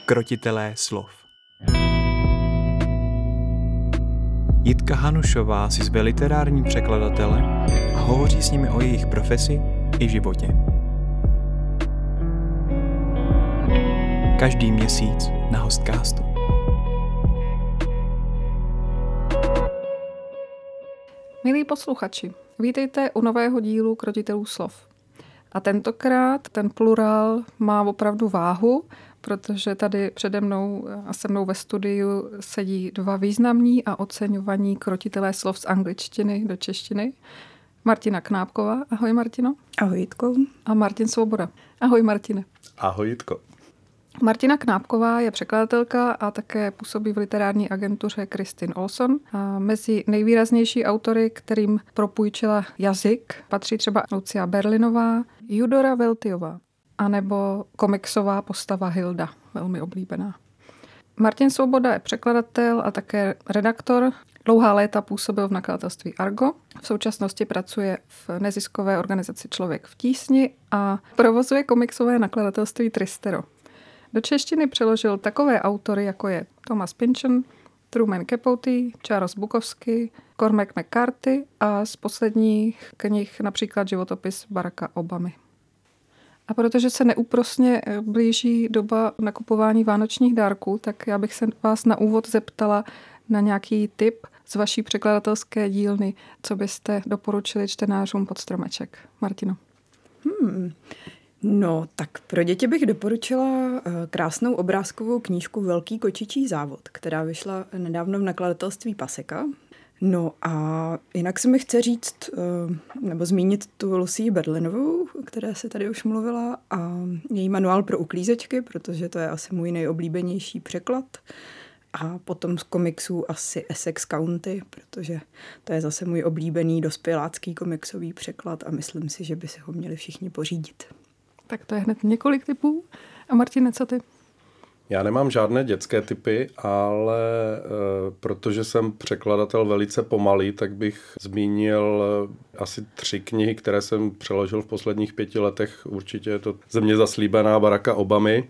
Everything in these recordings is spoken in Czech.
Krotitelé slov. Jitka Hanušová si zve literární překladatele a hovoří s nimi o jejich profesi i životě. Každý měsíc na Hostcastu. Milí posluchači, vítejte u nového dílu Krotitelů slov. A tentokrát ten plurál má opravdu váhu, protože tady přede mnou a se mnou ve studiu sedí dva významní a oceňovaní krotitelé slov z angličtiny do češtiny. Martina Knápková. Ahoj, Martino. Ahoj, Jitko. A Martin Svoboda. Ahoj, Martine. Ahoj, Jitko. Martina Knápková je překladatelka a také působí v literární agentuře Kristin Olson. A mezi nejvýraznější autory, kterým propůjčila jazyk, patří třeba Lucia Berlinová, Judora Veltyová anebo komiksová postava Hilda, velmi oblíbená. Martin Svoboda je překladatel a také redaktor. Dlouhá léta působil v nakladatelství Argo. V současnosti pracuje v neziskové organizaci Člověk v tísni a provozuje komiksové nakladatelství Tristero. Do češtiny přeložil takové autory, jako je Thomas Pynchon, Truman Capote, Charles Bukowski, Cormac McCarthy a z posledních knih například životopis Baracka Obamy. A protože se neúprosně blíží doba nakupování vánočních dárků, tak já bych se vás na úvod zeptala na nějaký tip z vaší překladatelské dílny, co byste doporučili čtenářům pod stromeček. Martino. No, tak pro děti bych doporučila krásnou obrázkovou knížku Velký kočičí závod, která vyšla nedávno v nakladatelství Paseka. No a jinak se mi chce říct, nebo zmínit tu Lucii Berlinovou, o které se tady už mluvila, a její manuál pro uklízečky, protože to je asi můj nejoblíbenější překlad. A potom z komiksů asi Essex County, protože to je zase můj oblíbený dospělácký komiksový překlad a myslím si, že by si ho měli všichni pořídit. Tak to je hned několik tipů. A Martine, co ty? Já nemám žádné dětské tipy, ale protože jsem překladatel velice pomalý, tak bych zmínil asi 3 knihy, které jsem přeložil v posledních 5 letech. Určitě je to Země zaslíbená Baracka Obamy,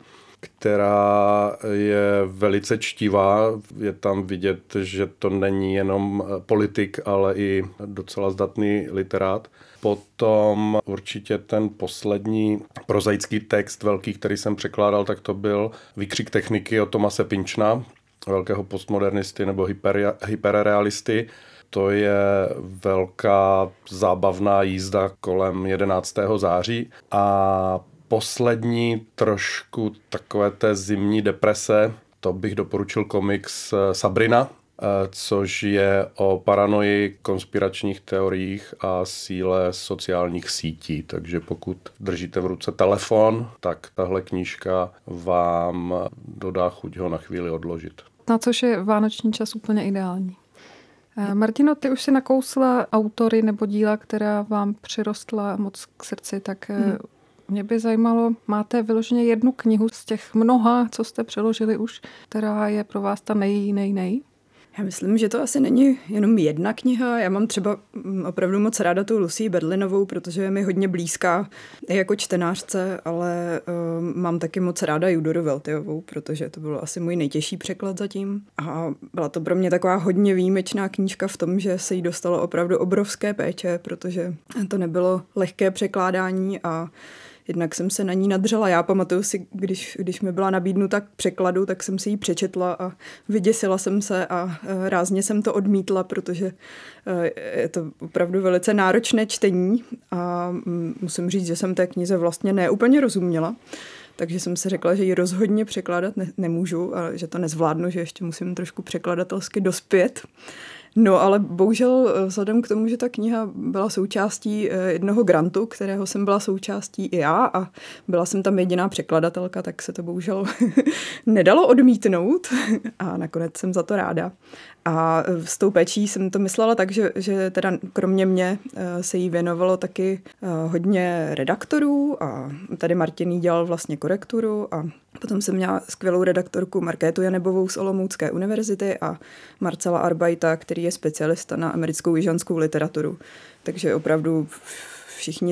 která je velice čtivá. Je tam vidět, že to není jenom politik, ale i docela zdatný literát. Potom určitě ten poslední prozaický text velký, který jsem překládal, tak to byl Výkřik techniky od Thomase Pynchona, velkého postmodernisty nebo hyperrealisty. To je velká zábavná jízda kolem 11. září. A poslední trošku takové té zimní deprese, to bych doporučil komiks Sabrina, což je o paranoji, konspiračních teoriích a síle sociálních sítí. Takže pokud držíte v ruce telefon, tak tahle knížka vám dodá chuť ho na chvíli odložit. Na což je vánoční čas úplně ideální. Martino, ty už si nakousla autory nebo díla, která vám přirostla moc k srdci, tak mě by zajímalo, máte vyloženě jednu knihu z těch mnoha, co jste přeložili už, která je pro vás ta nej? Já myslím, že to asi není jenom jedna kniha. Já mám třeba opravdu moc ráda tu Lucii Berlinovou, protože je mi hodně blízká i jako čtenářce, ale mám taky moc ráda Judoru Veltyovou, protože to byl asi můj nejtěžší překlad zatím. A byla to pro mě taková hodně výjimečná knížka v tom, že se jí dostalo opravdu obrovské péče, protože to nebylo lehké překládání a jednak jsem se na ní nadřela. Já pamatuju si, když mi byla nabídnuta k překladu, tak jsem si ji přečetla a vyděsila jsem se a rázně jsem to odmítla, protože je to opravdu velice náročné čtení a musím říct, že jsem té knize vlastně neúplně rozuměla. Takže jsem si řekla, že ji rozhodně překládat nemůžu a že to nezvládnu, že ještě musím trošku překladatelsky dospět. No, ale bohužel vzhledem k tomu, že ta kniha byla součástí jednoho grantu, kterého jsem byla součástí i já a byla jsem tam jediná překladatelka, tak se to bohužel nedalo odmítnout a nakonec jsem za to ráda. A s tou péčí jsem to myslela tak, že teda kromě mě se jí věnovalo taky hodně redaktorů a tady Martin jí dělal vlastně korekturu a potom jsem měla skvělou redaktorku Markétu Janebovou z Olomoucké univerzity a Marcela Arbajta, který je specialista na americkou jižanskou literaturu. Takže opravdu všichni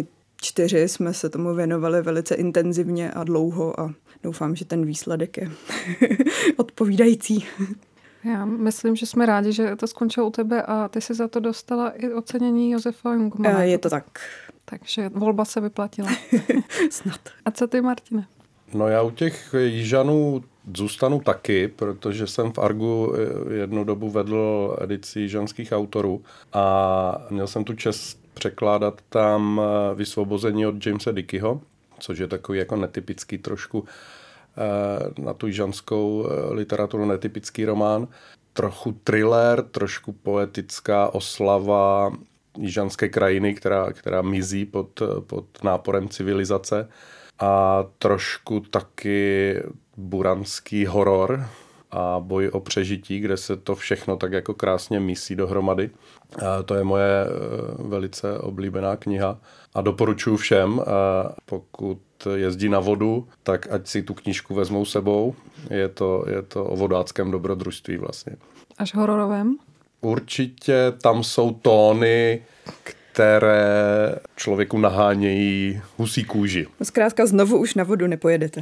4 jsme se tomu věnovali velice intenzivně a dlouho a doufám, že ten výsledek je odpovídající. Já myslím, že jsme rádi, že to skončilo u tebe a ty si za to dostala i ocenění Josefa Jungmanna. Je to tak. Takže volba se vyplatila. Snad. A co ty, Martine? No já u těch Jižanů zůstanu taky, protože jsem v Argu jednu dobu vedl edici jižanských autorů a měl jsem tu čest překládat tam Vysvobození od Jamesa Dickeyho, což je takový jako netypický trošku na tu jižanskou literaturu netypický román. Trochu thriller, trošku poetická oslava jižanské krajiny, která mizí pod náporem civilizace. A trošku taky buranský horor a boj o přežití, kde se to všechno tak jako krásně mísí dohromady. A to je moje velice oblíbená kniha a doporučuji všem, pokud jezdí na vodu, tak ať si tu knížku vezmou sebou. Je to o vodáckém dobrodružství vlastně. Až hororovém? Určitě tam jsou tóny, které člověku nahánějí husí kůži. Zkrátka znovu už na vodu nepojedete.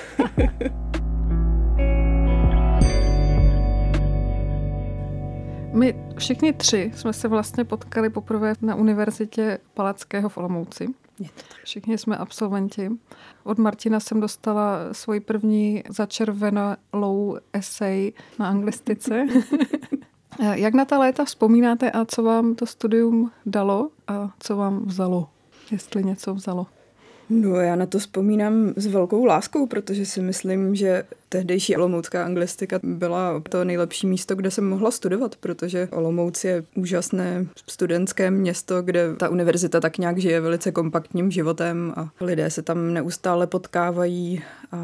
My všichni 3 jsme se vlastně potkali poprvé na Univerzitě Palackého v Olomouci. Všichni jsme absolventi. Od Martina jsem dostala svoji první začervenalou esej na anglistice. Jak na ta léta vzpomínáte a co vám to studium dalo a co vám vzalo? Jestli něco vzalo. No, já na to vzpomínám s velkou láskou, protože si myslím, že tehdejší olomoucká anglistika byla to nejlepší místo, kde jsem mohla studovat, protože Olomouc je úžasné studentské město, kde ta univerzita tak nějak žije velice kompaktním životem a lidé se tam neustále potkávají a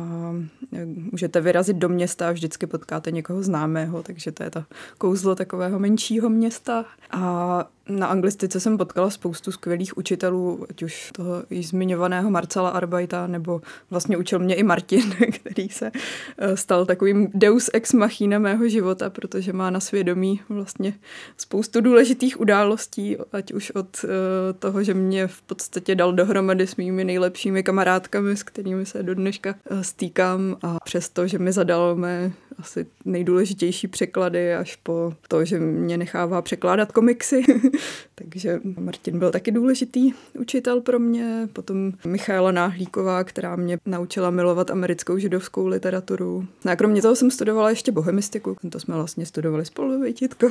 můžete vyrazit do města a vždycky potkáte někoho známého, takže to je to kouzlo takového menšího města. A na anglistice jsem potkala spoustu skvělých učitelů, ať už toho již zmiňovaného Marcela Arbeita, nebo vlastně učil mě i Martin, který se stal takovým deus ex machina mého života, protože má na svědomí vlastně spoustu důležitých událostí, ať už od toho, že mě v podstatě dal dohromady s mými nejlepšími kamarádkami, s kterými se do dneška stýkám, a přesto, že mi zadal mé asi nejdůležitější překlady, až po to, že mě nechává překládat komiksy. Takže Martin byl taky důležitý učitel pro mě. Potom Michaela Náhlíková, která mě naučila milovat americkou židovskou literaturu. No a kromě toho jsem studovala ještě bohemistiku. To jsme vlastně studovali spolu, Vejtitko.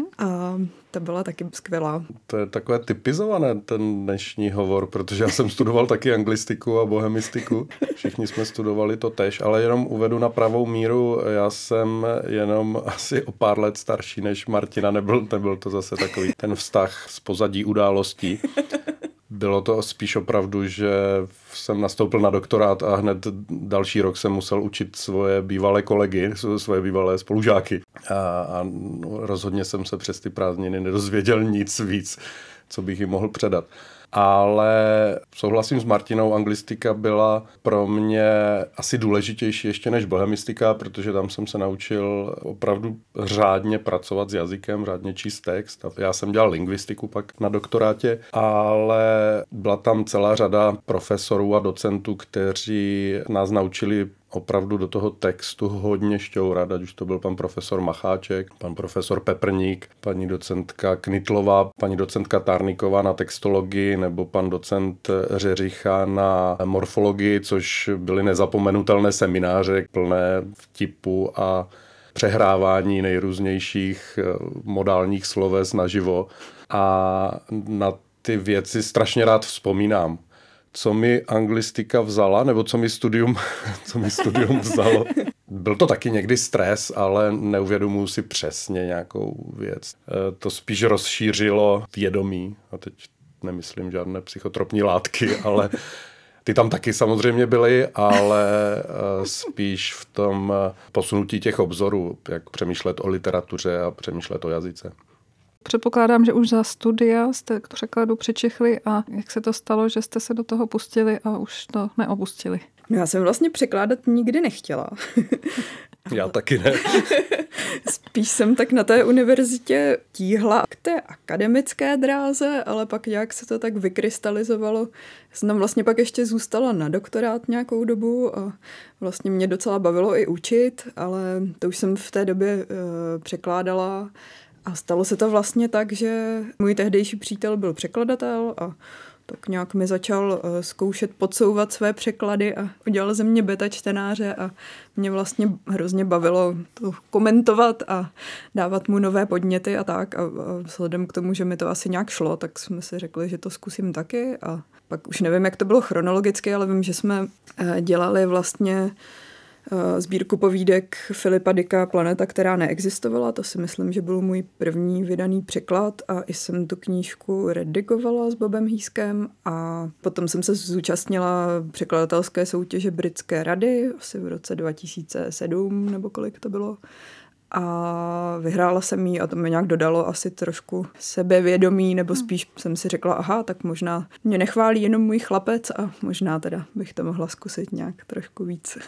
A ta byla taky skvělá. To je takové typizované, ten dnešní hovor, protože já jsem studoval taky anglistiku a bohemistiku. Všichni jsme studovali to též, ale jenom uvedu na pravou míru. Já jsem jenom asi o pár let starší než Martina, nebyl to zase takový ten vztah z pozadí událostí. Bylo to spíš opravdu, že jsem nastoupil na doktorát a hned další rok jsem musel učit svoje bývalé kolegy, svoje bývalé spolužáky. A rozhodně jsem se přes ty prázdniny nedozvěděl nic víc, co bych jim mohl předat. Ale souhlasím s Martinou, anglistika byla pro mě asi důležitější ještě než bohemistika, protože tam jsem se naučil opravdu řádně pracovat s jazykem, řádně číst text. Já jsem dělal lingvistiku pak na doktorátě, ale byla tam celá řada profesorů a docentů, kteří nás naučili opravdu do toho textu hodně šťourat, ať už to byl pan profesor Macháček, pan profesor Peprník, paní docentka Knitlová, paní docentka Tárniková na textologii nebo pan docent Řeřicha na morfologii, což byly nezapomenutelné semináře plné vtipu a přehrávání nejrůznějších modálních sloves naživo. A na ty věci strašně rád vzpomínám. Co mi anglistika vzala, nebo co mi studium vzalo. Byl to taky někdy stres, ale neuvědomuji si přesně nějakou věc. To spíš rozšířilo vědomí, a teď nemyslím žádné psychotropní látky, ale ty tam taky samozřejmě byly, ale spíš v tom posunutí těch obzorů, jak přemýšlet o literatuře a přemýšlet o jazyce. Předpokládám, že už za studia jste k překladu přičichli a jak se to stalo, že jste se do toho pustili a už to neopustili? No já jsem vlastně překládat nikdy nechtěla. Já taky ne. Spíš jsem tak na té univerzitě tíhla k té akademické dráze, ale pak nějak se to tak vykrystalizovalo. Jsem tam vlastně pak ještě zůstala na doktorát nějakou dobu a vlastně mě docela bavilo i učit, ale to už jsem v té době překládala a stalo se to vlastně tak, že můj tehdejší přítel byl překladatel a tak nějak mi začal zkoušet podsouvat své překlady a udělal ze mě beta čtenáře a mě vlastně hrozně bavilo to komentovat a dávat mu nové podněty a tak. A vzhledem k tomu, že mi to asi nějak šlo, tak jsme si řekli, že to zkusím taky. A pak už nevím, jak to bylo chronologicky, ale vím, že jsme dělali vlastně sbírku povídek Filipa Dicka Planeta, která neexistovala. To si myslím, že byl můj první vydaný překlad a i jsem tu knížku redigovala s Bobem Hýskem a potom jsem se zúčastnila překladatelské soutěže Britské rady asi v roce 2007 nebo kolik to bylo. A vyhrála jsem jí a to mi nějak dodalo asi trošku sebevědomí, nebo spíš jsem si řekla, aha, tak možná mě nechválí jenom můj chlapec a možná teda bych to mohla zkusit nějak trošku víc.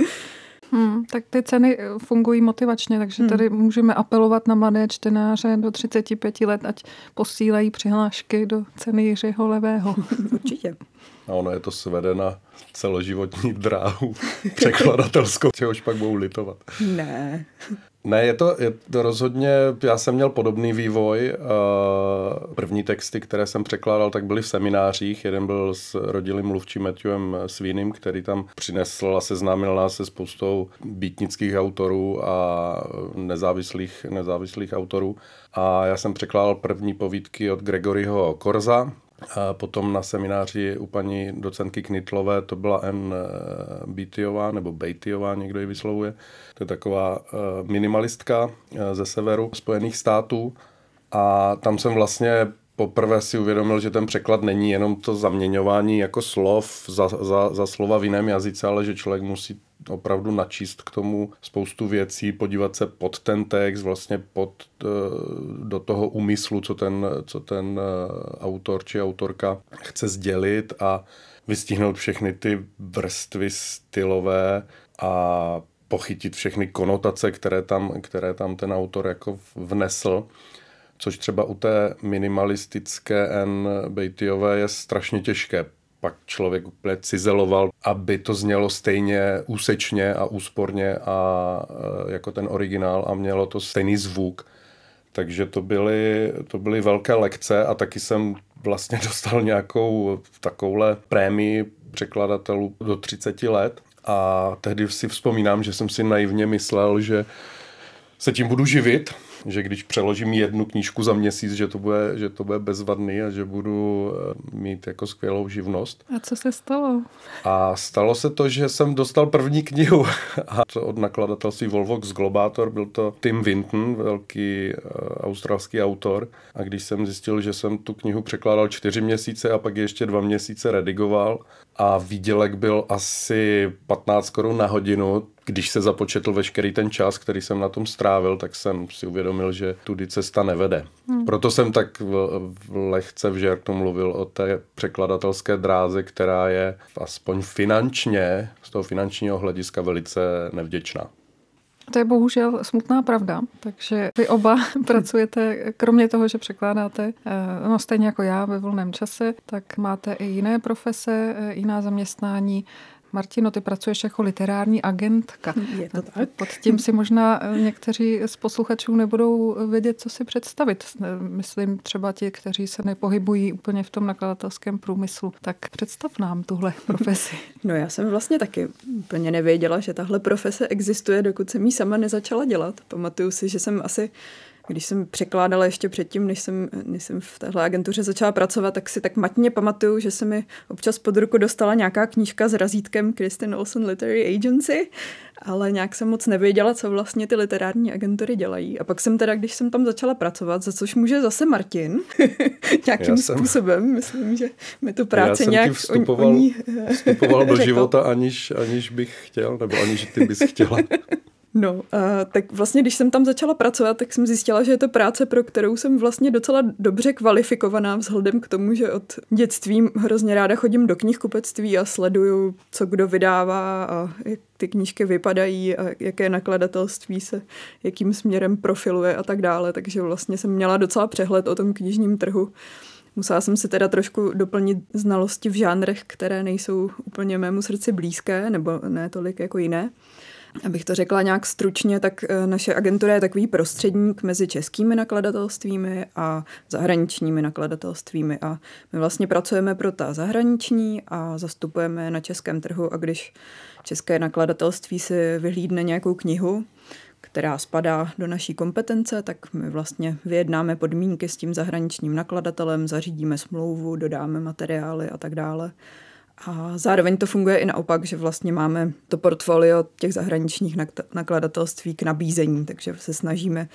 Tak ty ceny fungují motivačně, takže tady můžeme apelovat na mladé čtenáře do 35 let, ať posílají přihlášky do ceny Jiřího Levého. Určitě. A ono je to svede na celoživotní dráhu překladatelskou, čehož pak budou litovat. Ne, je to rozhodně, já jsem měl podobný vývoj. První texty, které jsem překládal, tak byly v seminářích. Jeden byl s rodilým mluvčím Matthewem Sweeneym, který tam přinesl a seznámil nás se spoustou beatnických autorů a nezávislých autorů. A já jsem překládal první povídky od Gregoryho Korza. A potom na semináři u paní docentky Knitlové to byla Anne Beattyová, nebo Beattyová, někdo ji vyslovuje. To je taková minimalistka ze severu Spojených států. A tam jsem vlastně poprvé si uvědomil, že ten překlad není jenom to zaměňování jako slov za slova v jiném jazyce, ale že člověk musí opravdu načíst k tomu spoustu věcí, podívat se pod ten text, vlastně do toho úmyslu, co ten autor či autorka chce sdělit a vystihnout všechny ty vrstvy stylové a pochytit všechny konotace, které tam ten autor jako vnesl. Což třeba u té minimalistické Anne Beattyové je strašně těžké. Pak člověk úplně cizeloval, aby to znělo stejně úsečně a úsporně a jako ten originál a mělo to stejný zvuk. Takže to byly velké lekce a taky jsem vlastně dostal nějakou takovouhle prémii překladatelů do 30 let. A tehdy si vzpomínám, že jsem si naivně myslel, že se tím budu živit, že když přeložím jednu knížku za měsíc, že to bude bezvadný a že budu mít jako skvělou živnost. A co se stalo? A stalo se to, že jsem dostal první knihu a to od nakladatelství Volvox Globator, byl to Tim Winton, velký australský autor. A když jsem zjistil, že jsem tu knihu překládal 4 měsíce a pak ještě 2 měsíce redigoval a výdělek byl asi 15 korun na hodinu, když se započetl veškerý ten čas, který jsem na tom strávil, tak jsem si uvědomil, že tudy cesta nevede. Proto jsem tak lehce v žertu mluvil o té překladatelské dráze, která je aspoň finančně, z toho finančního hlediska velice nevděčná. To je bohužel smutná pravda, takže vy oba pracujete, kromě toho, že překládáte, no stejně jako já ve volném čase, tak máte i jiné profese, jiná zaměstnání. Martino, ty pracuješ jako literární agentka. Je to tak? Pod tím si možná někteří z posluchačů nebudou vědět, co si představit. Myslím třeba ti, kteří se nepohybují úplně v tom nakladatelském průmyslu. Tak představ nám tuhle profesi. No já jsem vlastně taky úplně nevěděla, že tahle profese existuje, dokud jsem ji sama nezačala dělat. Pamatuju si, že jsem asi, když jsem překládala ještě předtím, než jsem v téhle agentuře začala pracovat, tak si tak matně pamatuju, že se mi občas pod ruku dostala nějaká knížka s razítkem Kristin Olson Literary Agency, ale nějak jsem moc nevěděla, co vlastně ty literární agentury dělají. A pak jsem teda, když jsem tam začala pracovat, za což může zase Martin, nějakým způsobem, myslím, že mi tu práci nějak vstupoval do života, aniž bych chtěl, nebo aniž ty bys chtěla. No, tak vlastně, když jsem tam začala pracovat, tak jsem zjistila, že je to práce, pro kterou jsem vlastně docela dobře kvalifikovaná vzhledem k tomu, že od dětství hrozně ráda chodím do knihkupectví a sleduju, co kdo vydává a jak ty knížky vypadají a jaké nakladatelství se jakým směrem profiluje a tak dále. Takže vlastně jsem měla docela přehled o tom knižním trhu. Musela jsem si teda trošku doplnit znalosti v žánrech, které nejsou úplně mému srdci blízké, nebo ne tolik jako jiné. Abych to řekla nějak stručně, tak naše agentura je takový prostředník mezi českými nakladatelstvími a zahraničními nakladatelstvími. A my vlastně pracujeme pro ta zahraniční a zastupujeme na českém trhu. A když české nakladatelství si vyhlídne nějakou knihu, která spadá do naší kompetence, tak my vlastně vyjednáme podmínky s tím zahraničním nakladatelem, zařídíme smlouvu, dodáme materiály a tak dále. A zároveň to funguje i naopak, že vlastně máme to portfolio těch zahraničních nakladatelství k nabízení, takže se snažíme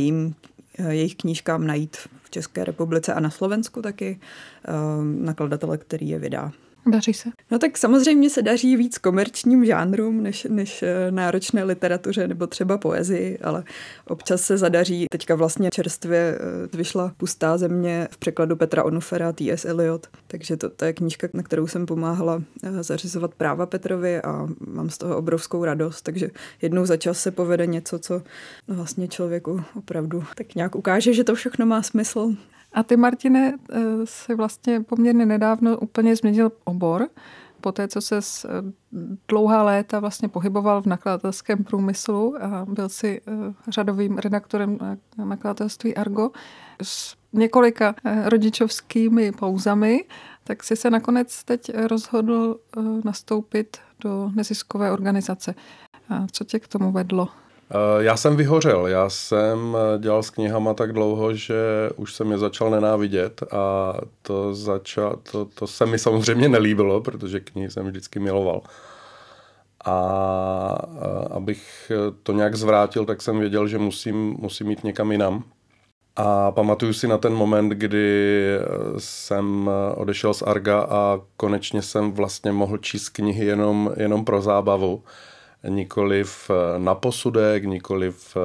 jejich knížkám najít v České republice a na Slovensku taky nakladatele, který je vydá. Daří se? No tak samozřejmě se daří víc komerčním žánrům než náročné literatuře nebo třeba poezii, ale občas se zadaří. Teďka vlastně čerstvě vyšla Pustá země v překladu Petra Onufera, T.S. Eliot, takže to je knížka, na kterou jsem pomáhala zařizovat práva Petrovi a mám z toho obrovskou radost, takže jednou za čas se povede něco, co vlastně člověku opravdu tak nějak ukáže, že to všechno má smysl. A ty, Martine, si vlastně poměrně nedávno úplně změnil obor, po té, co se dlouhá léta vlastně pohyboval v nakladatelském průmyslu a byl si řadovým redaktorem nakladatelství Argo s několika rodičovskými pauzami, tak si se nakonec teď rozhodl nastoupit do neziskové organizace. A co tě k tomu vedlo? Já jsem vyhořel. Já jsem dělal s knihama tak dlouho, že už jsem je začal nenávidět a to se mi samozřejmě nelíbilo, protože knihy jsem vždycky miloval. A abych to nějak zvrátil, tak jsem věděl, že musím jít někam jinam. A pamatuju si na ten moment, kdy jsem odešel z Arga a konečně jsem vlastně mohl číst knihy jenom pro zábavu. Nikoliv na posudek, nikoliv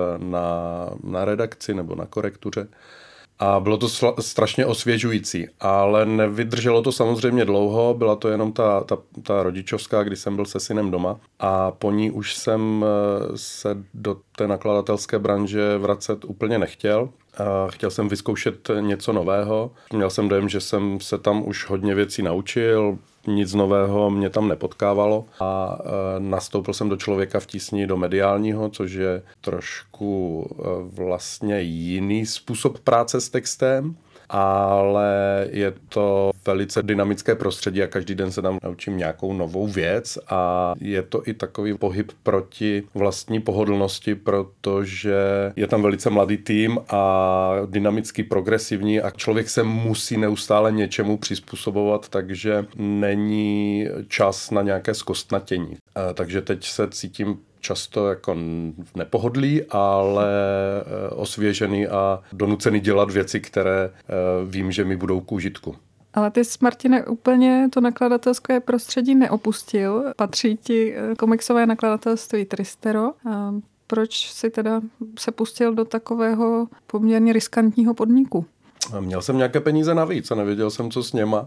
na redakci nebo na korektuře. A bylo to strašně osvěžující, ale nevydrželo to samozřejmě dlouho, byla to jenom ta rodičovská, kdy jsem byl se synem doma a po ní už jsem se do té nakladatelské branže vracet úplně nechtěl. Chtěl jsem vyzkoušet něco nového, měl jsem dojem, že jsem se tam už hodně věcí naučil, nic nového mě tam nepotkávalo a nastoupil jsem do Člověka v tísni, do mediálního, což je trošku vlastně jiný způsob práce s textem, ale je to velice dynamické prostředí a každý den se tam naučím nějakou novou věc a je to i takový pohyb proti vlastní pohodlnosti, protože je tam velice mladý tým a dynamicky progresivní a člověk se musí neustále něčemu přizpůsobovat, takže není čas na nějaké zkostnatění. Takže teď se cítím často jako nepohodlý, ale osvěžený a donucený dělat věci, které vím, že mi budou k užitku. Ale ty jsi, Martine, úplně to nakladatelské prostředí neopustil. Patří ti komiksové nakladatelství Tristero. A proč jsi teda se pustil do takového poměrně riskantního podniku? Měl jsem nějaké peníze navíc a nevěděl jsem, co s něma.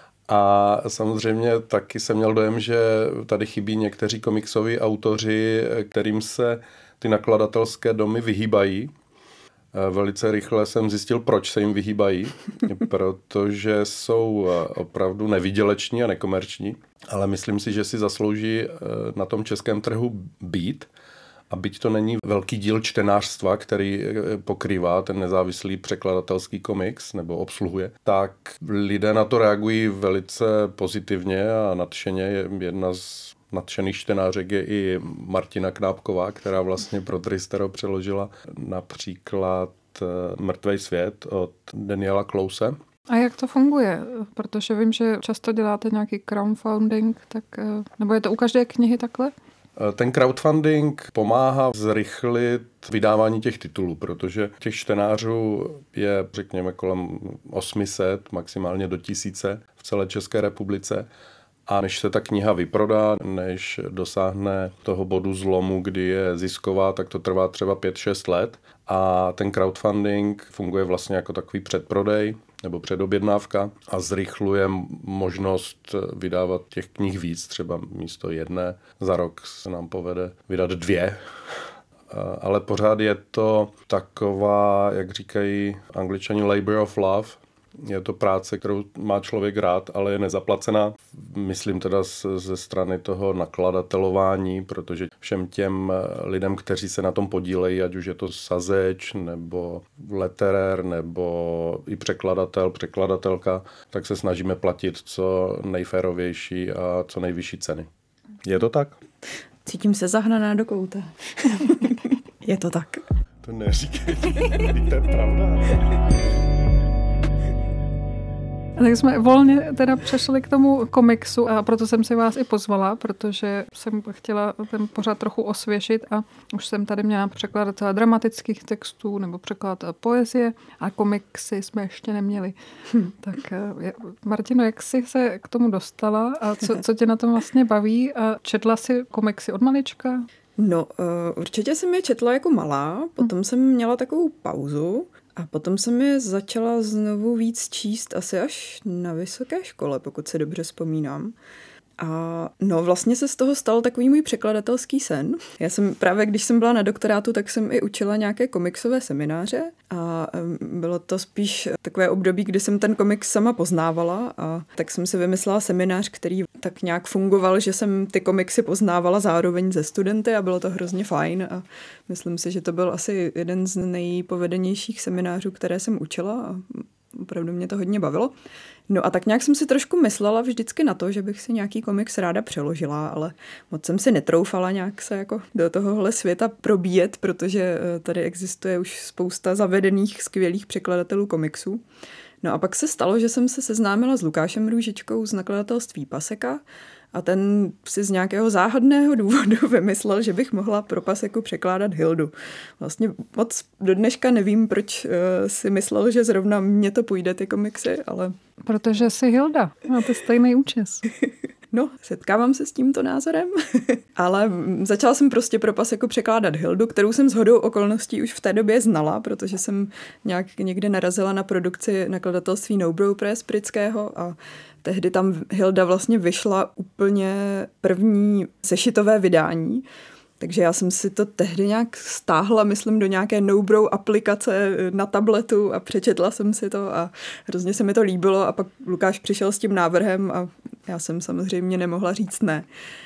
A samozřejmě taky jsem měl dojem, že tady chybí někteří komiksoví autoři, kterým se ty nakladatelské domy vyhýbají. Velice rychle jsem zjistil, proč se jim vyhýbají, protože jsou opravdu nevýděleční a nekomerční, ale myslím si, že si zaslouží na tom českém trhu být. A byť to není velký díl čtenářstva, který pokrývá ten nezávislý překladatelský komiks nebo obsluhuje, tak lidé na to reagují velice pozitivně a nadšeně. Jedna z nadšených čtenářek je i Martina Knápková, která vlastně pro Tristero přeložila například Mrtvej svět od Daniela Klouse. A jak to funguje? Protože vím, že často děláte nějaký crowdfunding, tak, nebo je to u každé knihy takhle? Ten crowdfunding pomáhá zrychlit vydávání těch titulů, protože těch čtenářů je, řekněme, kolem 800, maximálně do 1000 v celé České republice. A než se ta kniha vyprodá, než dosáhne toho bodu zlomu, kdy je zisková, tak to trvá třeba 5-6 let. A ten crowdfunding funguje vlastně jako takový předprodej nebo předobjednávka a zrychluje možnost vydávat těch knih víc, třeba místo 1. Za rok se nám povede vydat 2. Ale pořád je to taková, jak říkají Angličani, labor of love. Je to práce, kterou má člověk rád, ale je nezaplacená. Myslím teda ze strany toho nakladatelování, protože všem těm lidem, kteří se na tom podílejí, ať už je to sazeč, nebo letterér, nebo i překladatel, překladatelka, tak se snažíme platit co nejférovější a co nejvyšší ceny. Je to tak? Cítím se zahnaná do kouta. Je to tak. To neříkejte, to je pravda. Tak jsme volně teda přešli k tomu komiksu a proto jsem si vás i pozvala, protože jsem chtěla ten pořad trochu osvěžit a už jsem tady měla překládat celá dramatických textů nebo překlad poezie a komiksy jsme ještě neměli. Tak Martino, jak jsi se k tomu dostala a co tě na tom vlastně baví? A četla jsi komiksy od malička? No, určitě jsem je četla jako malá, potom jsem měla takovou pauzu. A potom jsem je začala znovu víc číst asi až na vysoké škole, pokud se dobře vzpomínám. A no vlastně se z toho stal takový můj překladatelský sen. Já jsem právě, když jsem byla na doktorátu, tak jsem i učila nějaké komiksové semináře a bylo to spíš takové období, kdy jsem ten komiks sama poznávala a tak jsem si vymyslela seminář, který tak nějak fungoval, že jsem ty komiksy poznávala zároveň ze studenty a bylo to hrozně fajn a myslím si, že to byl asi jeden z nejpovedenějších seminářů, které jsem učila a opravdu mě to hodně bavilo. No a tak nějak jsem si trošku myslela vždycky na to, že bych si nějaký komiks ráda přeložila, ale moc jsem si netroufala nějak se jako do tohohle světa probíjet, protože tady existuje už spousta zavedených skvělých překladatelů komiksů. No a pak se stalo, že jsem se seznámila s Lukášem Růžičkou z nakladatelství Paseka a ten si z nějakého záhadného důvodu vymyslel, že bych mohla pro Paseku překládat Hildu. Vlastně moc do dneška nevím, proč si myslel, že zrovna mně to půjde, ty komiksy, ale... Protože jsi Hilda, máte stejný účes. No, setkávám se s tímto názorem, ale začala jsem prostě pro Paseku překládat Hildu, kterou jsem shodou okolností už v té době znala, protože jsem nějak někde narazila na produkci nakladatelství No Brow Press britského a tehdy tam Hilda vlastně vyšla úplně první sešitové vydání. Takže já jsem si to tehdy nějak stáhla, myslím, do nějaké No Brow aplikace na tabletu a přečetla jsem si to a hrozně se mi to líbilo a pak Lukáš přišel s tím návrhem a já jsem samozřejmě nemohla říct ne.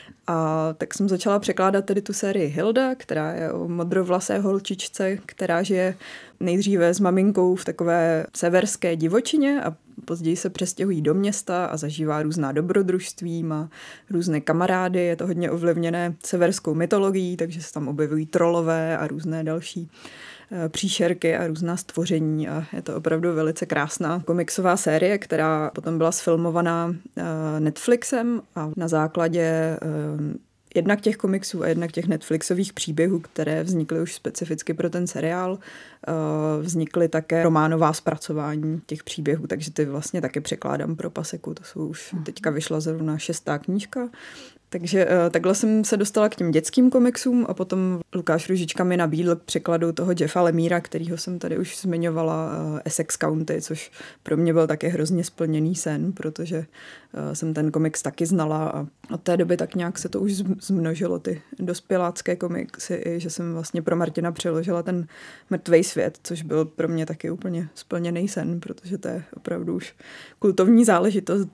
A tak jsem začala překládat tedy tu sérii Hilda, která je o modrovlasé holčičce, která žije nejdříve s maminkou v takové severské divočině a později se přestěhují do města a zažívá různá dobrodružství, má různé kamarády, je to hodně ovlivněné severskou mytologií, takže se tam objevují trolové a různé další příšerky a různá stvoření a je to opravdu velice krásná komiksová série, která potom byla sfilmovaná Netflixem a na základě jednak těch komiksů a jednak těch Netflixových příběhů, které vznikly už specificky pro ten seriál, vznikly také románová zpracování těch příběhů, takže ty vlastně taky překládám pro Paseku, to jsou už teďka vyšla zrovna 6. knížka. Takže takhle jsem se dostala k těm dětským komiksům a potom Lukáš Růžička mi nabídl k překladu toho Jeffa Lemíra, kterýho jsem tady už zmiňovala, Essex County, což pro mě byl taky hrozně splněný sen, protože jsem ten komiks taky znala a od té doby tak nějak se to už zmnožilo, ty dospělácké komiksy, že jsem vlastně pro Martina přeložila ten Mrtvej svět, což byl pro mě taky úplně splněný sen, protože to je opravdu už kultovní záležitost.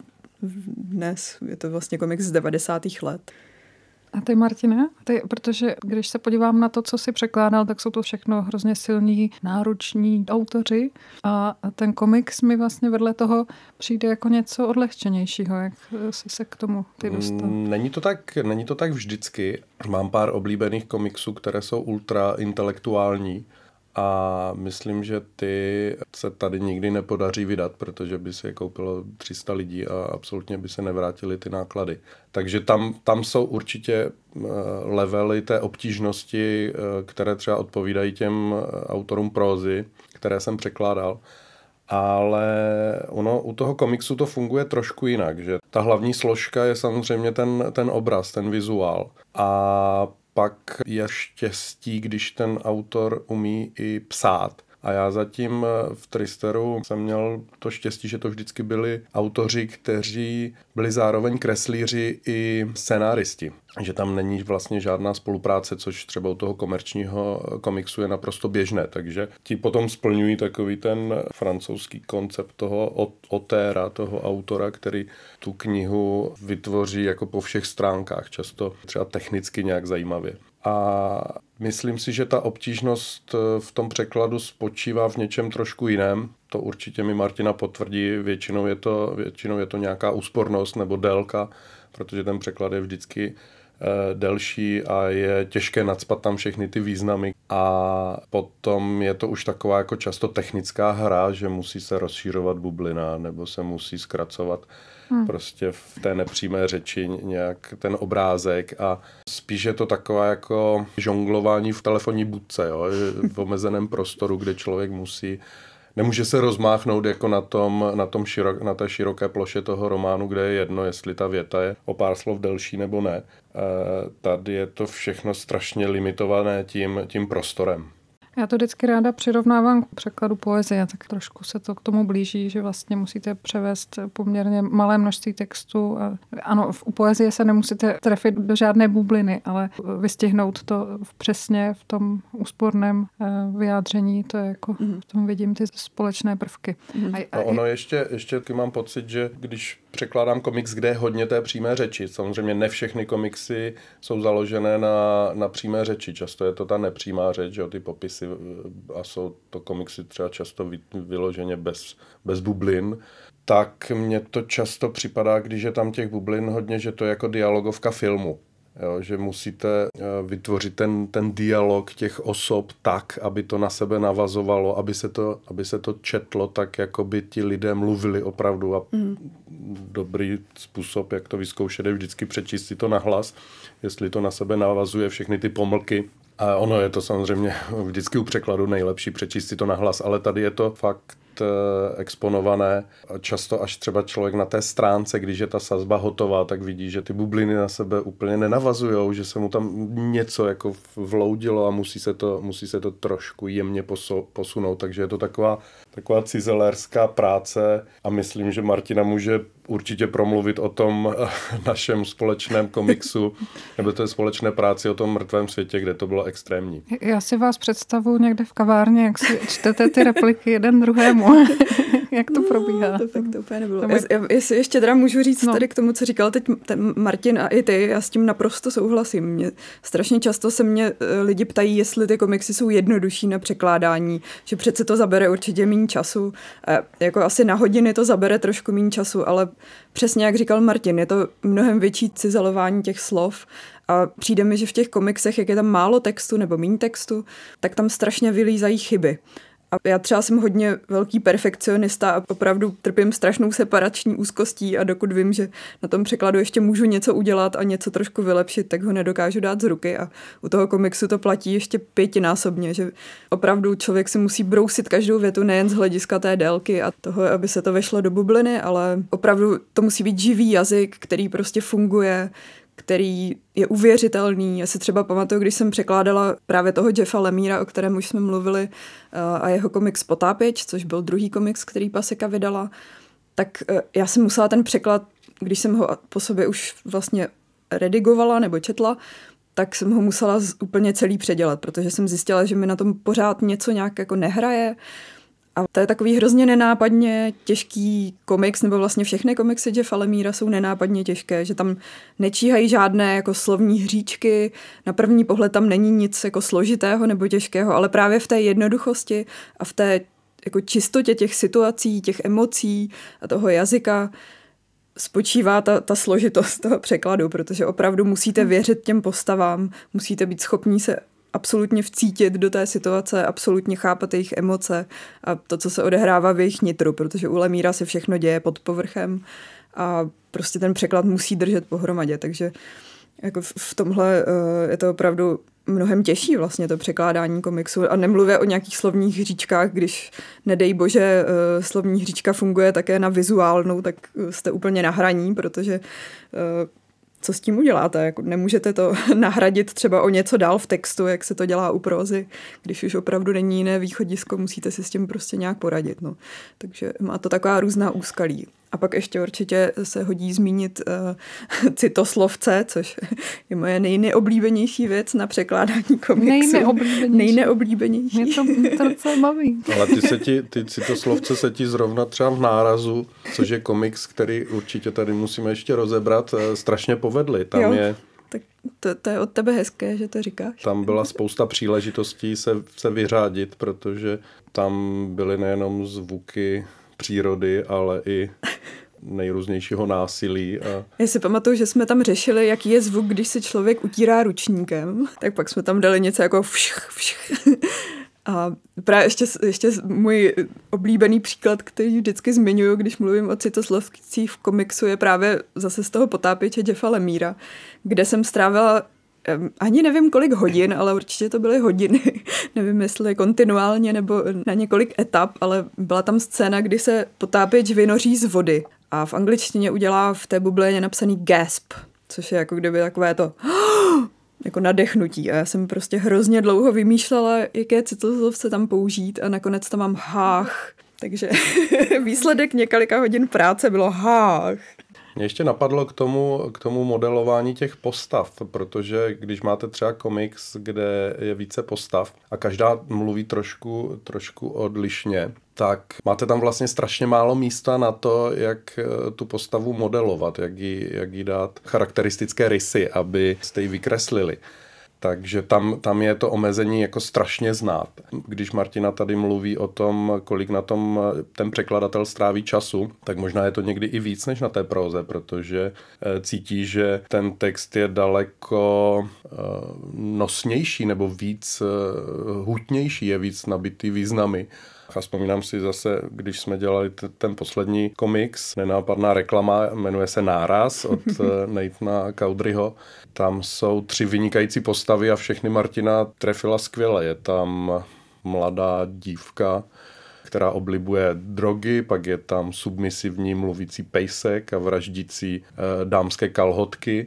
Dnes je to vlastně komiks z 90. let. A ty, Martine? Protože když se podívám na to, co jsi překládal, tak jsou to všechno hrozně silní, nároční autoři a ten komiks mi vlastně vedle toho přijde jako něco odlehčenějšího. Jak jsi se k tomu ty dostal? Není to tak vždycky. Mám pár oblíbených komiksů, které jsou ultra intelektuální. A myslím, že ty se tady nikdy nepodaří vydat, protože by si je koupilo 300 lidí a absolutně by se nevrátily ty náklady. Takže tam jsou určitě levely té obtížnosti, které třeba odpovídají těm autorům prózy, které jsem překládal. ale u toho komiksu to funguje trošku jinak, že ta hlavní složka je samozřejmě ten obraz, ten vizuál. A pak je štěstí, když ten autor umí i psát. A já zatím v Tristeru jsem měl to štěstí, že to vždycky byli autoři, kteří byli zároveň kreslíři i scenáristi. Že tam není vlastně žádná spolupráce, což třeba u toho komerčního komiksu je naprosto běžné. Takže ti potom splňují takový ten francouzský koncept toho autéra, toho autora, který tu knihu vytvoří jako po všech stránkách, často třeba technicky nějak zajímavě. A myslím si, že ta obtížnost v tom překladu spočívá v něčem trošku jiném. To určitě mi Martina potvrdí, většinou je to nějaká úspornost nebo délka, protože ten překlad je vždycky delší a je těžké nacpat tam všechny ty významy. A potom je to už taková jako často technická hra, že musí se rozšířovat bublina nebo se musí zkracovat prostě v té nepřímé řeči nějak ten obrázek a spíš je to taková jako žonglování v telefonní budce, jo? V omezeném prostoru, kde člověk nemůže se rozmáchnout jako na té široké ploše toho románu, kde je jedno, jestli ta věta je o pár slov delší nebo ne. Tady je to všechno strašně limitované tím prostorem. Já to vždycky ráda přirovnávám k překladu poezie, tak trošku se to k tomu blíží, že vlastně musíte převést poměrně malé množství textu. Ano, u poezie se nemusíte trefit do žádné bubliny, ale vystihnout to přesně v tom úsporném vyjádření, to je jako, v tom vidím ty společné prvky. Ono ještě mám pocit, že když překládám komiks, kde je hodně té přímé řeči, samozřejmě ne všechny komiksy jsou založené na přímé řeči, často je to ta nepřímá řeč, že ty popisy a jsou to komiksy třeba často vyloženě bez bublin, tak mně to často připadá, když je tam těch bublin hodně, že to je jako dialogovka filmu. Jo, že musíte vytvořit ten dialog těch osob tak, aby to na sebe navazovalo, aby se to četlo tak, jako by ti lidé mluvili opravdu. A dobrý způsob, jak to vyzkoušet, je vždycky přečíst si to nahlas, jestli to na sebe navazuje všechny ty pomlky. A ono je to samozřejmě vždycky u překladu nejlepší přečíst si to nahlas, ale tady je to fakt exponované. Často až třeba člověk na té stránce, když je ta sazba hotová, tak vidí, že ty bubliny na sebe úplně nenavazujou, že se mu tam něco jako vloudilo a musí se to trošku jemně posunout. Takže je to taková cizelérská práce a myslím, že Martina může určitě promluvit o tom našem společném komiksu, nebo té společné práci o tom mrtvém světě, kde to bylo extrémní. Já si vás představuji někde v kavárně, jak si čtete ty repliky jeden druhému. Jak to probíhá? To úplně nebylo. Jestli ještě teda můžu říct tady k tomu, co říkal teď ten Martin a i ty, já s tím naprosto souhlasím. Strašně často se mě lidi ptají, jestli ty komiksy jsou jednodušší na překládání, že přece to zabere určitě méně času. Jako asi na hodiny to zabere trošku méně času, ale přesně jak říkal Martin, je to mnohem větší cizelování těch slov a přijde mi, že v těch komiksech, jak je tam málo textu nebo méně textu, tak tam strašně vylízají chyby. A já třeba jsem hodně velký perfekcionista a opravdu trpím strašnou separační úzkostí a dokud vím, že na tom překladu ještě můžu něco udělat a něco trošku vylepšit, tak ho nedokážu dát z ruky a u toho komiksu to platí ještě 5násobně, že opravdu člověk si musí brousit každou větu nejen z hlediska té délky a toho, aby se to vešlo do bubliny, ale opravdu to musí být živý jazyk, který prostě funguje, který je uvěřitelný. Já si třeba pamatuju, když jsem překládala právě toho Jeffa Lemira, o kterém už jsme mluvili, a jeho komiks Potápěč, což byl druhý komiks, který Paseka vydala, tak já jsem musela ten překlad, když jsem ho po sobě už vlastně redigovala nebo četla, tak jsem ho musela úplně celý předělat, protože jsem zjistila, že mi na tom pořád něco nějak jako nehraje. A to je takový hrozně nenápadně těžký komiks, nebo vlastně všechny komiksy Jeffa Lemira jsou nenápadně těžké, že tam nečíhají žádné jako slovní hříčky, na první pohled tam není nic jako složitého nebo těžkého, ale právě v té jednoduchosti a v té jako čistotě těch situací, těch emocí a toho jazyka spočívá ta složitost toho překladu, protože opravdu musíte věřit těm postavám, musíte být schopní se absolutně vcítit do té situace, absolutně chápat jejich emoce a to, co se odehrává v jejich nitru, protože u Lemíra se všechno děje pod povrchem a prostě ten překlad musí držet pohromadě, takže jako v tomhle je to opravdu mnohem těžší vlastně to překládání komiksu a nemluvě o nějakých slovních hříčkách, když nedej bože slovní hříčka funguje také na vizuálnou, tak jste úplně na hraní, protože co s tím uděláte? Jako nemůžete to nahradit třeba o něco dál v textu, jak se to dělá u prózy, když už opravdu není jiné východisko, musíte si s tím prostě nějak poradit. No. Takže má to taková různá úskalí. A pak ještě určitě se hodí zmínit citoslovce, což je moje nejneoblíbenější věc na překládání komiksu. Nejneoblíbenější. Mě to docela baví. Ale ty citoslovce se ti zrovna třeba v Nárazu, což je komiks, který určitě tady musíme ještě rozebrat, strašně povedli. Tam je... Tak to je od tebe hezké, že to říkáš. Tam byla spousta příležitostí se vyřádit, protože tam byly nejenom zvuky přírody, ale i nejrůznějšího násilí. Já si pamatuju, že jsme tam řešili, jaký je zvuk, když se člověk utírá ručníkem. Tak pak jsme tam dali něco jako všch. A právě ještě můj oblíbený příklad, který vždycky zmiňuju, když mluvím o citoslovcích v komiksu, je právě zase z toho Potápěče Jeffa Lemira, kde jsem strávila ani nevím kolik hodin, ale určitě to byly hodiny. Nevím, jestli kontinuálně nebo na několik etap, ale byla tam scéna, kdy se potápěč vynoří z vody a v angličtině udělá v té bublině napsaný gasp, což je jako kdyby takové to jako nadechnutí. A já jsem prostě hrozně dlouho vymýšlela, jaké citoslovce tam použít a nakonec tam mám hách. Takže výsledek několika hodin práce bylo hách. Mě ještě napadlo k tomu modelování těch postav, protože když máte třeba komiks, kde je více postav a každá mluví trošku odlišně, tak máte tam vlastně strašně málo místa na to, jak tu postavu modelovat, jak jí dát charakteristické rysy, aby jste ji vykreslili. Takže tam je to omezení jako strašně znát. Když Martina tady mluví o tom, kolik na tom ten překladatel stráví času, tak možná je to někdy i víc než na té próze, protože cítí, že ten text je daleko nosnější nebo víc hutnější, je víc nabitý významy. A vzpomínám si zase, když jsme dělali ten poslední komiks, Nenápadná reklama, jmenuje se Náraz od Nathana Cowderyho. Tam jsou 3 vynikající postavy a všechny Martina trefila skvěle. Je tam mladá dívka, která oblibuje drogy, pak je tam submisivní mluvící pejsek a vraždící dámské kalhotky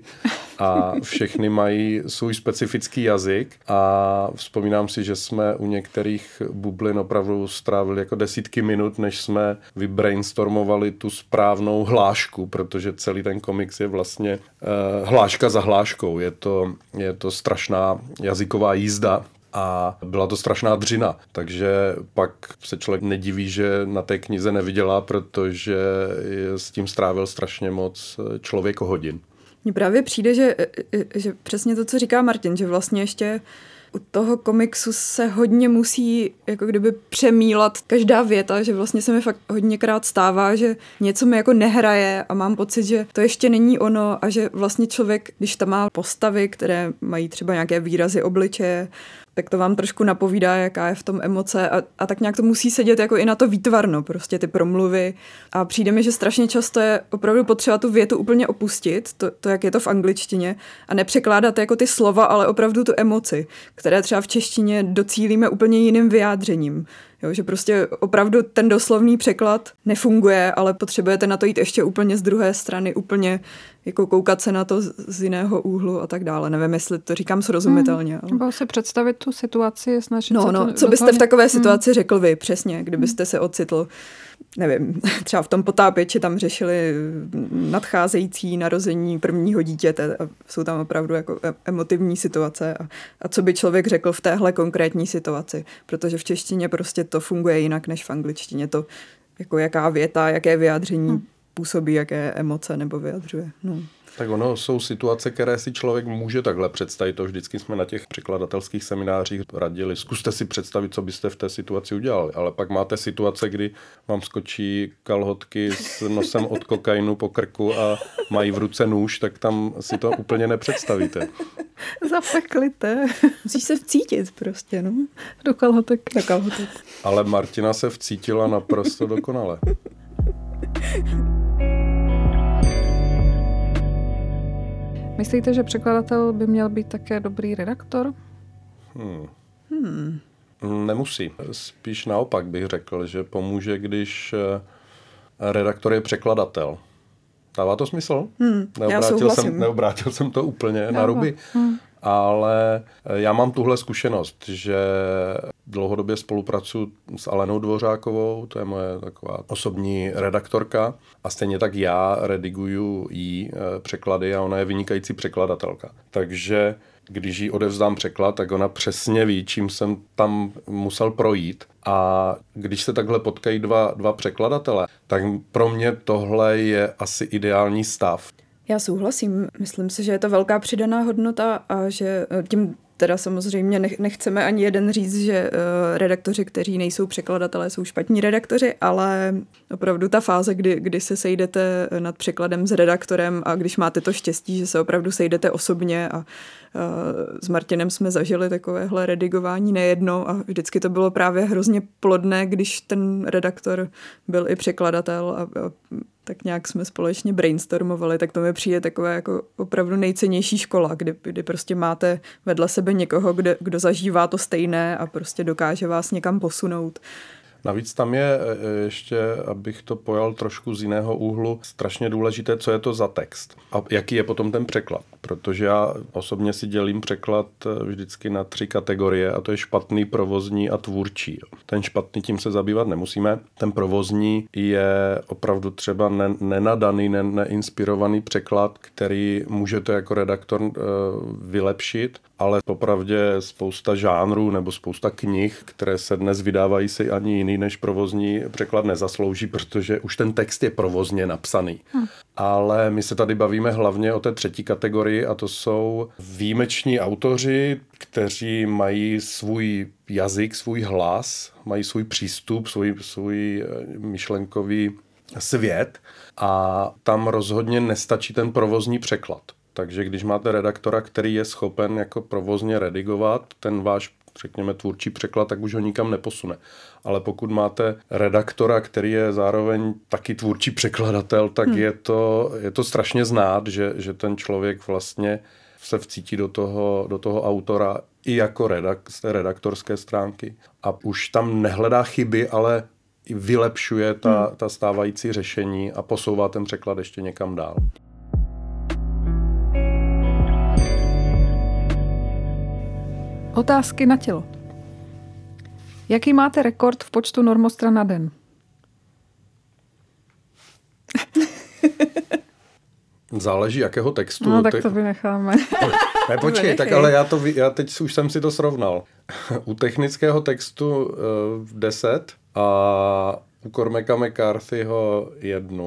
a všechny mají svůj specifický jazyk a vzpomínám si, že jsme u některých bublin opravdu strávili jako desítky minut, než jsme vybrainstormovali tu správnou hlášku, protože celý ten komiks je vlastně hláška za hláškou. Je to strašná jazyková jízda. A byla to strašná dřina, takže pak se člověk nediví, že na té knize nevydělá, protože s tím strávil strašně moc člověkohodin. Mně právě přijde, že přesně to, co říká Martin, že vlastně ještě u toho komiksu se hodně musí jako kdyby přemílat každá věta, že vlastně se mi fakt hodněkrát stává, že něco mi jako nehraje a mám pocit, že to ještě není ono a že vlastně člověk, když tam má postavy, které mají třeba nějaké výrazy obličeje, tak to vám trošku napovídá, jaká je v tom emoce a tak nějak to musí sedět jako i na to výtvarno, prostě ty promluvy. A přijde mi, že strašně často je opravdu potřeba tu větu úplně opustit, to jak je to v angličtině, a nepřekládat jako ty slova, ale opravdu tu emoci, které třeba v češtině docílíme úplně jiným vyjádřením. Jo, že prostě opravdu ten doslovný překlad nefunguje, ale potřebujete na to jít ještě úplně z druhé strany, úplně jako koukat se na to z jiného úhlu a tak dále. Nevím, jestli to říkám srozumitelně. Ale... Nebo si představit tu situaci, snažit se to... Co byste v takové situaci řekl vy, přesně, kdybyste se ocitl, nevím, třeba v tom Potápěči tam řešili nadcházející narození prvního dítěte a jsou tam opravdu jako emotivní situace a co by člověk řekl v téhle konkrétní situaci, protože v češtině prostě to funguje jinak než v angličtině, to jako jaká věta, jaké vyjádření působí, jaké emoce nebo vyjadřuje. No. Tak ono jsou situace, které si člověk může takhle představit. To vždycky jsme na těch překladatelských seminářích radili. Zkuste si představit, co byste v té situaci udělali. Ale pak máte situace, kdy vám skočí kalhotky s nosem od kokainu po krku a mají v ruce nůž, tak tam si to úplně nepředstavíte. Zapeklité. Musíš se vcítit prostě, no. Do kalhotek. Ale Martina se vcítila naprosto dokonale. Myslíte, že překladatel by měl být také dobrý redaktor? Nemusí. Spíš naopak bych řekl, že pomůže, když redaktor je překladatel. Dává to smysl? Neobrátil jsem to úplně na ruby. Ale já mám tuhle zkušenost, že dlouhodobě spolupracuji s Alenou Dvořákovou, to je moje taková osobní redaktorka, a stejně tak já rediguju jí překlady a ona je vynikající překladatelka. Takže když jí odevzdám překlad, tak ona přesně ví, čím jsem tam musel projít. A když se takhle potkají dva překladatele, tak pro mě tohle je asi ideální stav. Já souhlasím. Myslím si, že je to velká přidaná hodnota a že tím teda samozřejmě nechceme ani jeden říct, že redaktoři, kteří nejsou překladatelé, jsou špatní redaktoři, ale opravdu ta fáze, kdy se sejdete nad překladem s redaktorem a když máte to štěstí, že se opravdu sejdete osobně a s Martinem jsme zažili takovéhle redigování nejednou a vždycky to bylo právě hrozně plodné, když ten redaktor byl i překladatel a tak nějak jsme společně brainstormovali, tak to mi přijde takové jako opravdu nejcennější škola, kdy prostě máte vedle sebe někoho, kdo zažívá to stejné a prostě dokáže vás někam posunout. Navíc tam je ještě, abych to pojal trošku z jiného úhlu, strašně důležité, co je to za text a jaký je potom ten překlad. Protože já osobně si dělím překlad vždycky na 3 kategorie a to je špatný, provozní a tvůrčí. Ten špatný, tím se zabývat nemusíme. Ten provozní je opravdu třeba nenadaný, neinspirovaný překlad, který můžete jako redaktor vylepšit, ale popravdě spousta žánrů nebo spousta knih, které se dnes vydávají, si ani jiný než provozní překlad nezaslouží, protože už ten text je provozně napsaný. Ale my se tady bavíme hlavně o té 3. kategorii a to jsou výjimeční autoři, kteří mají svůj jazyk, svůj hlas, mají svůj přístup, svůj myšlenkový svět a tam rozhodně nestačí ten provozní překlad. Takže když máte redaktora, který je schopen jako provozně redigovat ten váš, řekněme, tvůrčí překlad, tak už ho nikam neposune. Ale pokud máte redaktora, který je zároveň taky tvůrčí překladatel, tak je to strašně znát, že ten člověk vlastně se vcítí do toho autora i jako z té redaktorské stránky. A už tam nehledá chyby, ale vylepšuje ta stávající řešení a posouvá ten překlad ještě někam dál. Otázky na tělo. Jaký máte rekord v počtu normostran na den? Záleží jakého textu. No tak to vynecháme. Ne, počkej, tak ale já teď už jsem si to srovnal. U technického textu 10 a u Cormaca McCarthyho 1.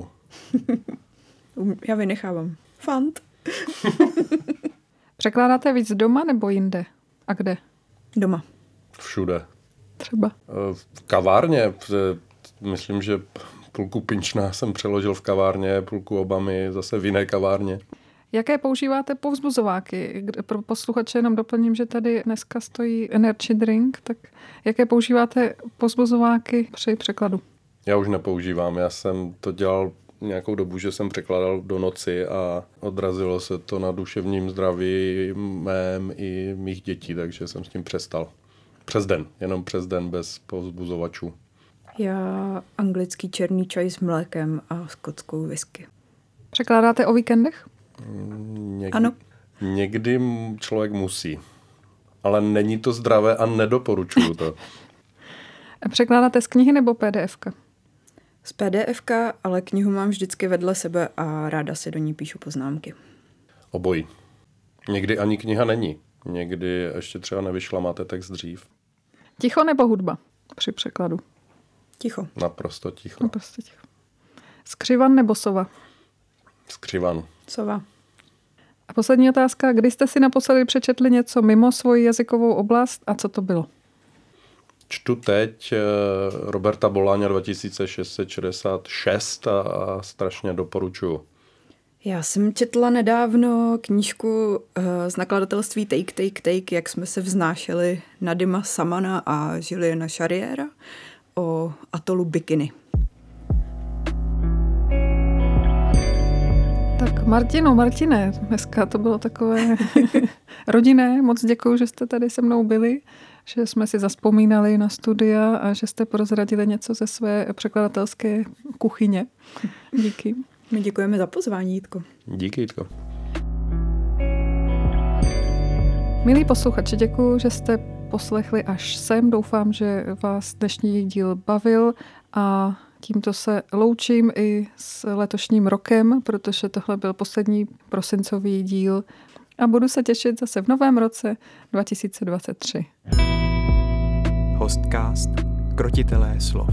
Já vynechávám. Fant. Překládáte víc doma nebo jinde? A kde? Doma. Všude. Třeba? V kavárně. Myslím, že půlku Pinčna jsem přeložil v kavárně, půlku Obamy zase v jiné kavárně. Jaké používáte povzbuzováky? Pro posluchače jenom doplním, že tady dneska stojí energy drink, tak jaké používáte povzbuzováky při překladu? Já už nepoužívám, já jsem to dělal nějakou dobu, že jsem překládal do noci a odrazilo se to na duševním zdraví mém i mých dětí, takže jsem s tím přestal. Jenom přes den bez povzbuzovačů. Já anglický černý čaj s mlékem a skotskou whisky. Překládáte o víkendech? Ano. Někdy člověk musí, ale není to zdravé a nedoporučuju to. Překládáte z knihy nebo PDFka? Z PDFka, ale knihu mám vždycky vedle sebe a ráda si do ní píšu poznámky. Obojí. Někdy ani kniha není. Někdy ještě třeba nevyšla, máte text dřív. Ticho nebo hudba při překladu? Ticho. Naprosto ticho. Naprosto ticho. Skřivan nebo sova? Skřivan. Sova. A poslední otázka. Kdy jste si naposledy přečetli něco mimo svoji jazykovou oblast a co to bylo? Čtu teď Roberta Boláňa 2666 a strašně doporučuju. Já jsem četla nedávno knížku z nakladatelství Take, jak jsme se vznášeli Nadima Samana a Juliana Charriera o atolu Bikini. Tak Martine, dneska to bylo takové rodinné. Moc děkuju, že jste tady se mnou byli, že jsme si zazpomínali na studia a že jste prozradili něco ze své překladatelské kuchyně. Díky. My děkujeme za pozvání, Jitko. Díky, Jitko. Milí posluchači, děkuju, že jste poslechli až sem. Doufám, že vás dnešní díl bavil a tímto se loučím i s letošním rokem, protože tohle byl poslední prosincový díl a budu se těšit zase v novém roce 2023. Hostcast Krotitelé slov.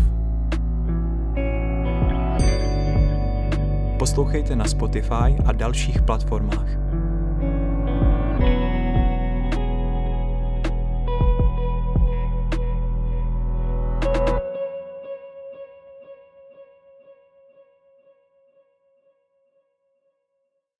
Poslouchejte na Spotify a dalších platformách.